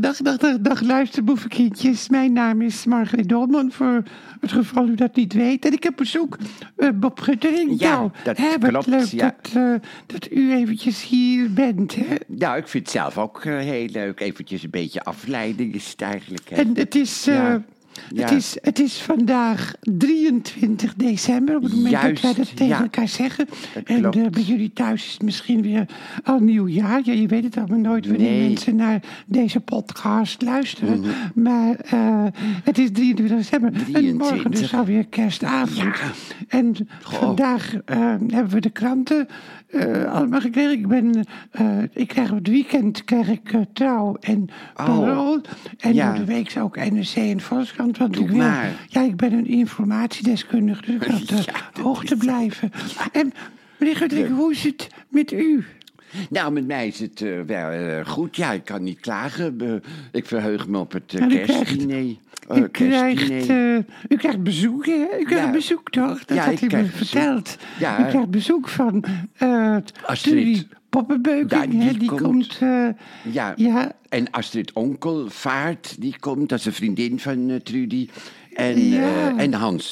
Dag, luisterboevenkindjes. Mijn naam is Margreet Dolman, voor het geval u dat niet weet. En ik heb bezoek, Bob Guttering. Ja, nou, dat wat klopt, leuk ja. dat u eventjes hier bent, hè? Nou, ik vind het zelf ook heel leuk. Eventjes een beetje afleiding is het eigenlijk. Hè. En het is... Ja. Het is vandaag 23 december, op het moment Juist, dat wij dat tegen ja. elkaar zeggen. Dat En klopt. bij jullie thuis is het misschien weer al nieuwjaar. Ja, je weet het allemaal nooit wanneer Nee. mensen naar deze podcast luisteren. Maar het is 23 december. En 23. morgen dus alweer kerstavond. Ja. En vandaag hebben we de kranten allemaal gekregen. Ik krijg op het weekend Trouw en Parool. En Ja. door de week ook NRC en Volkskrant. Want Doe ik wil, maar. ja, ik ben een informatiedeskundige, dus ik wil op de hoogte blijven. En meneer Guttering, hoe is het met u? Nou, met mij is het wel goed. Ja, ik kan niet klagen. Ik verheug me op het Nou, u kerstdiner. U krijgt bezoek, hè? U krijgt Ja. bezoek, toch? Dat Ja, had ik u me krijg bezoek. verteld. Ja. U krijgt bezoek van Astrid. Trudy Poppenbeuking, Ja, hè? die Die komt. komt Ja. ja, En Astrid Onkelvaart, die komt. Dat is een vriendin van Trudy. En, Ja. en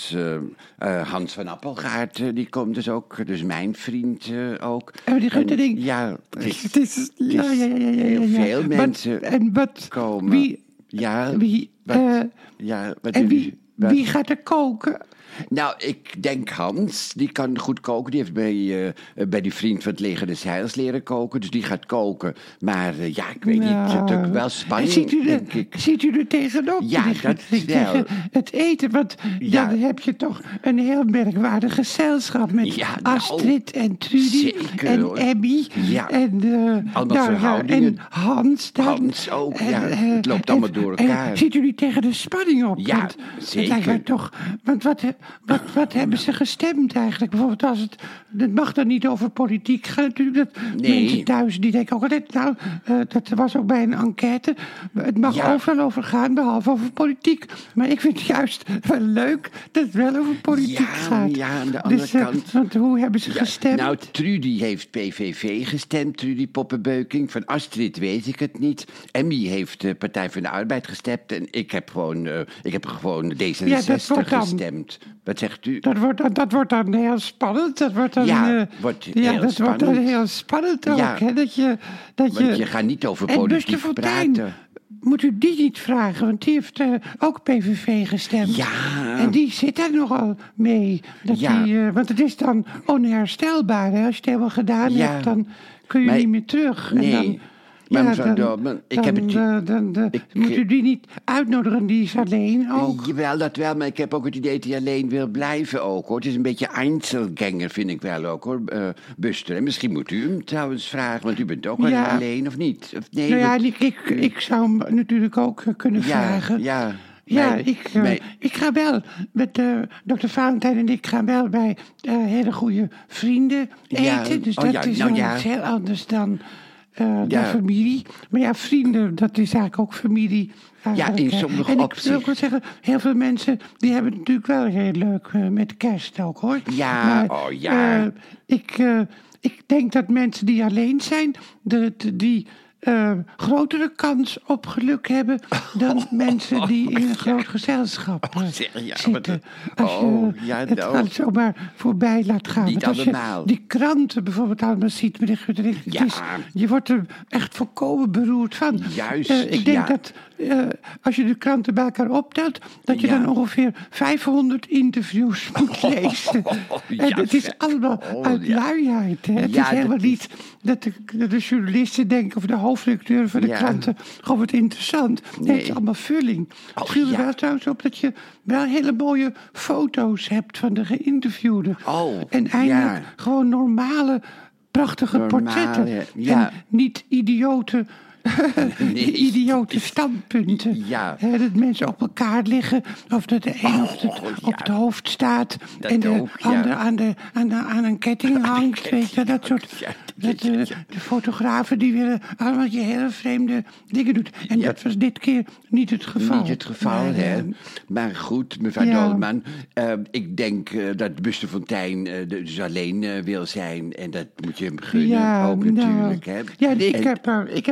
Hans van Appelgaard, die komt dus ook. Dus mijn vriend ook. En meneer Guttering, Ja, het is het is ja. heel veel mensen En wat, komen. wie, Ja, wie, wat en doen wat- wie gaat er koken? Nou, ik denk Hans, die kan goed koken. Die heeft bij die vriend van het leger des Heils leren koken. Dus die gaat koken. Maar ja, ik weet niet, het is ook wel En spanning, denk ik. ziet u er tegenop? Ja, meneer dat Guttering, wel. tegen het eten, want Ja. dan heb je toch een heel merkwaardig gezelschap met Ja, nou, Astrid en Trudy zeker, en hoor. Abby Ja. en, Allemaal verhoudingen. en Hans dan. Hans ook, ja. Het loopt allemaal door elkaar. En ziet u niet tegen de spanning op? Ja, Want zeker. Het lijkt mij toch, want wat hebben ze gestemd eigenlijk? Bijvoorbeeld als het mag dan niet over politiek gaan natuurlijk. Dat Nee. mensen thuis die denken ook altijd, nou, dat was ook bij een enquête. Het mag Ja. overal over gaan, behalve over politiek. Maar ik vind het juist wel leuk dat het wel over politiek gaat. Ja, aan de andere Dus, kant. want hoe hebben ze gestemd? Nou, Trudy heeft PVV gestemd, Trudy Poppenbeuking. Van Astrid weet ik het niet. Emmy heeft de Partij van de Arbeid gestemd. En ik heb gewoon D66 Ja, dat wordt dan- gestemd. Wat zegt u? Dat wordt dan heel spannend. Dat wordt dan, Ja, wordt heel dat wordt dan spannend. heel spannend ook. Ja. Hè? Want je gaat niet over En politiek Buster Fortuyn, praten. moet u die niet vragen, want die heeft ook PVV gestemd. Ja. En die zit daar nogal mee. Ja. Want het is dan onherstelbaar. Hè? Als je het helemaal gedaan Ja. hebt, dan kun je Maar- niet meer terug. Nee. En dan, Maar ja, mevrouw dan, Dolman, ik heb het- moet u die niet uitnodigen, die is alleen ook. Jawel, dat wel, maar ik heb ook het idee dat hij alleen wil blijven ook, hoor. Het is een beetje Einzelganger, vind ik wel ook, hoor, Buster. En misschien moet u hem trouwens vragen, want u bent ook wel Ja. alleen, of niet? Of nee, Nou ja, want- ik zou hem natuurlijk ook kunnen vragen. Ja, Ja, maar- ik ga wel met dokter Valentijn en ik gaan wel bij hele goede vrienden Ja, eten. Dus oh dat ja, is nou wel ja. iets heel anders dan Ja. familie. Maar ja, vrienden, dat is eigenlijk ook familie. Eigenlijk, in hè. sommige En ik opzichten. wil ook wel zeggen, heel veel mensen die hebben het natuurlijk wel heel leuk met kerst ook, hoor. Ja, Maar, oh ja. Ik denk dat mensen die alleen zijn, die grotere kans op geluk hebben dan mensen die in een groot gezelschap zeg, ja, zitten. maar Als je ja, het nou. gewoon zomaar voorbij laat gaan. Niet Want als allemaal. je die kranten bijvoorbeeld allemaal ziet, meneer Guttering, het Ja. je wordt er echt volkomen beroerd van. Juist, Ik denk ja. dat als je de kranten bij elkaar optelt, dat je Ja. dan ongeveer 500 interviews moet lezen. Ja, En het is zeg. allemaal uit ja. luiheid. Hè? Het Ja, is helemaal dat is- niet dat de journalisten denken, of de hoofdredacteur van de Ja. kranten, gewoon wat interessant. Nee, het is allemaal vulling. Het viel er ja. wel trouwens op dat je wel hele mooie foto's hebt van de geïnterviewden. Oh, en eindelijk ja. gewoon normale, prachtige Normale, portretten. ja. En niet idiote Nee. idiote standpunten. Ja. Hè, dat mensen op elkaar liggen. Of dat de een op het hoofd staat. Dat en de ook, ja. ander aan een ketting hangt. Weet je, dat soort. Ja, Dat, de fotografen die willen allemaal je hele vreemde dingen doen. En Ja. dat was dit keer niet het geval. Niet het geval, Maar, hè? Maar goed, mevrouw ja. Dolman, ik denk dat Buster Fortuyn dus alleen wil zijn. En dat moet je hem gunnen ook natuurlijk, hè? Ja, nee, En- ik heb gewoon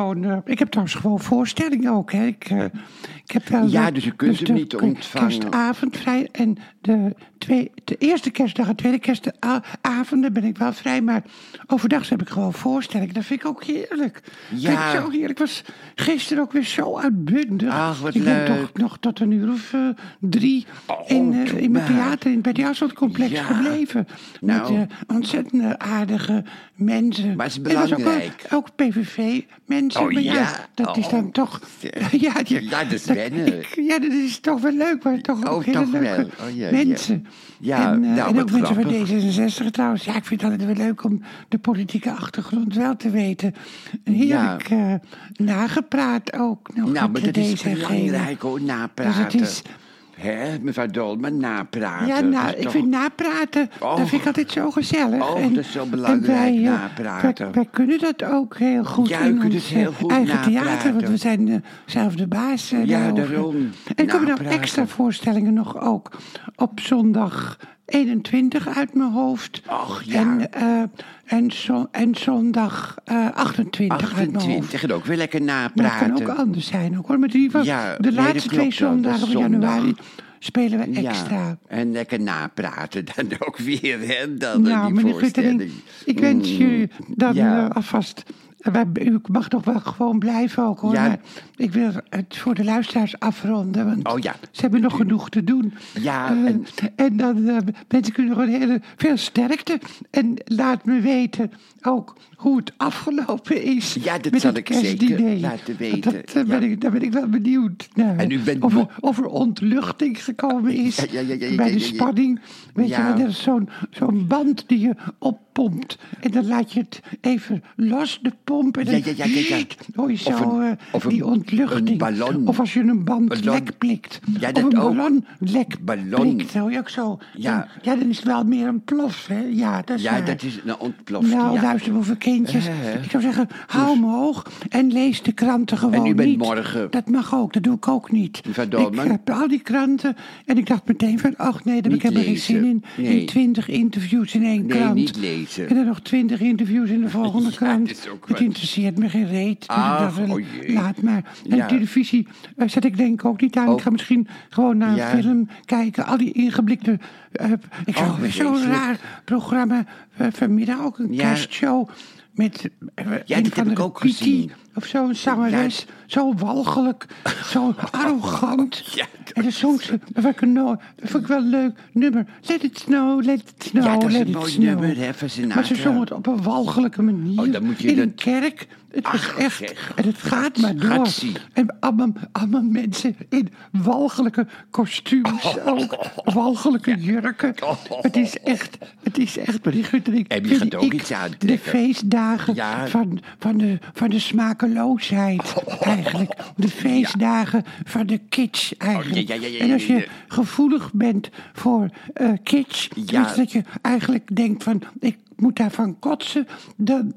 gewoon... ik heb trouwens gewoon voorstellingen ook, hè. Ik heb wel... Ja, dus je kunt hem niet ontvangen. Kerstavond vrij en de eerste kerstdag en tweede kerstavonden ben ik wel vrij. Maar overdag heb ik gewoon voorstellingen. Dat vind ik ook heerlijk. Ja. Vind ik zo heerlijk. Ik was gisteren ook weer zo uitbundig. Ach, wat ik ben leuk. toch nog tot een uur of 3 in mijn theater in het Jasselcomplex gebleven. Nou. Met ontzettend aardige mensen. Maar het is En dat was belangrijk. ook PVV-mensen. Oh, maar ja. dat is dan toch... Ja, dat is wennen. dat is toch wel leuk, maar toch ook hele toch leuke wel. Oh, ja, mensen. Ja, en nou, en wat ook mensen grappig. van D66 trouwens. Ja, ik vind het altijd wel leuk om de politieke achtergrond wel te weten. Heerlijk nagepraat ook nog Nou, met maar dat de is DZG. belangrijk hoor, napraten. Dus het is... Hè, mevrouw Dolman, napraten. Ja, Dat nou, is ik toch- vind napraten, Oh. dat vind ik altijd zo gezellig. Oh, En- dat is zo en belangrijk, napraten. Wij kunnen dat ook heel goed Ja, u in kunt ons het heel goed eigen napraten. theater, want we zijn zelf de baas. Ja, daarover. daarom. En er komen nog Napraten. extra voorstellingen nog ook op zondag 21 uit mijn hoofd. Och, ja. En zondag 28 uit mijn hoofd. 28 en ook weer lekker Maar het napraten. kan ook anders zijn ook hoor. Maar in ieder geval, Ja, de nee, dat laatste klopt 2 wel, dat is zondagen van zondag. januari spelen we Ja, extra. en lekker napraten dan ook weer, hè, dan Nou, die meneer voorstelling. Guttering, ik wens jullie dan ja. alvast... U mag toch wel gewoon blijven ook, hoor. Ja. Maar ik wil het voor de luisteraars afronden, want Oh, ja. ze hebben nog genoeg te doen. Ja, en dan wens ik u nog veel sterkte. En laat me weten ook hoe het afgelopen is. Ja, dat met zal het ik zeker kerstdiner. laten weten. Daar ben ik wel benieuwd naar. En u bent of er ontluchting gekomen is Ja. bij de spanning. Weet je Ja. wel, dat is zo'n band die je oppompt. En dan laat je het even los, de pomp. En dan Ja. hoor je zo Of die ontluchting. een ballon. Of als je een band Ballon. lek plikt. Ja, of dat een ook. ballon lek Ballon. plikt. Hoor je ook zo. Ja. Dan is het wel meer een plof. Hè? Ja, dat is Ja, waar. dat is een ontploft. Nou, ja. luister over kindjes. Ik zou zeggen, hou hem hoog en lees de kranten gewoon En u bent niet. morgen- Dat mag ook, dat doe ik ook niet. Mevrouw Ik Dolman? heb al die kranten en ik dacht meteen van... ach nee, daar heb ik Niet helemaal geen lezen. zin in. Nee. In 20 interviews in één Nee, krant. niet lezen. En dan nog 20 interviews in de volgende Ja, krant. dat is ook Het wat. interesseert me geen reet. Dus Ach, ik dacht, wel, oh jee. laat maar. En Ja. televisie zet ik denk ik ook niet aan. Oh. Ik ga misschien gewoon naar Ja. een film kijken. Al die ingeblikte... ik zag Oh, weer zo'n vreselijk. raar programma vanmiddag. Ook een Ja. kerstshow met Ja, een dat van heb de ik ook Piti gezien. of zo'n zangeres. Zo walgelijk, zo arrogant. Ja, En dat vond ik wel een leuk nummer. Let it snow, let it snow, Ja, dat is let een it mooi snow. nummer, hè, van Sinatra. Maar ze zong het op een walgelijke manier. Oh, dan moet je in dat- een kerk. Het was Ach, echt... zeg. En het gaat maar door. Gatsie. En allemaal mensen in walgelijke kostuums ook. Walgelijke jurken. Het is echt, meneer Guttering. En je gaat vind ook ik iets aantrekken. de feestdagen Ja. van de smakeloosheid eigenlijk. De feestdagen van de kitsch eigenlijk. ja. En als je gevoelig bent voor kitsch, Ja. dus dat je eigenlijk denkt van... ik moet daarvan kotsen, dan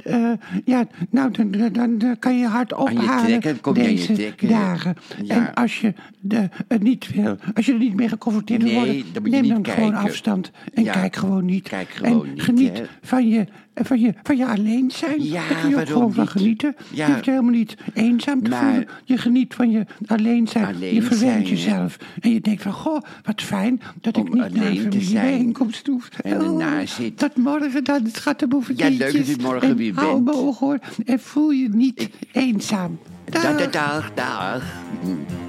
kan je hard ophalen trekken, kom je aan je deze trekken. dagen. Ja. En als je het niet wil, als je er niet mee geconfronteerd wil Nee, worden, dan moet je neem niet dan gewoon kijken. afstand en Ja. kijk gewoon niet. Kijk gewoon en niet, geniet hè. van je alleen zijn. Ja, Daar kun je ook waarom gewoon van niet? genieten. Ja. Je hoeft je helemaal niet eenzaam te Maar- voelen. Je geniet van je alleen zijn. Alleen je verwent zijn, hè. jezelf. En je denkt van, goh, wat fijn dat ik Om niet naar een alleen te zijn. familiebijeenkomst hoef. En ernaar zit. Tot morgen dan, het gaat de boevenkindjes. Ja, leuk dat u morgen En weer hou bent. me oog, hoor. En voel je niet eenzaam. Dag.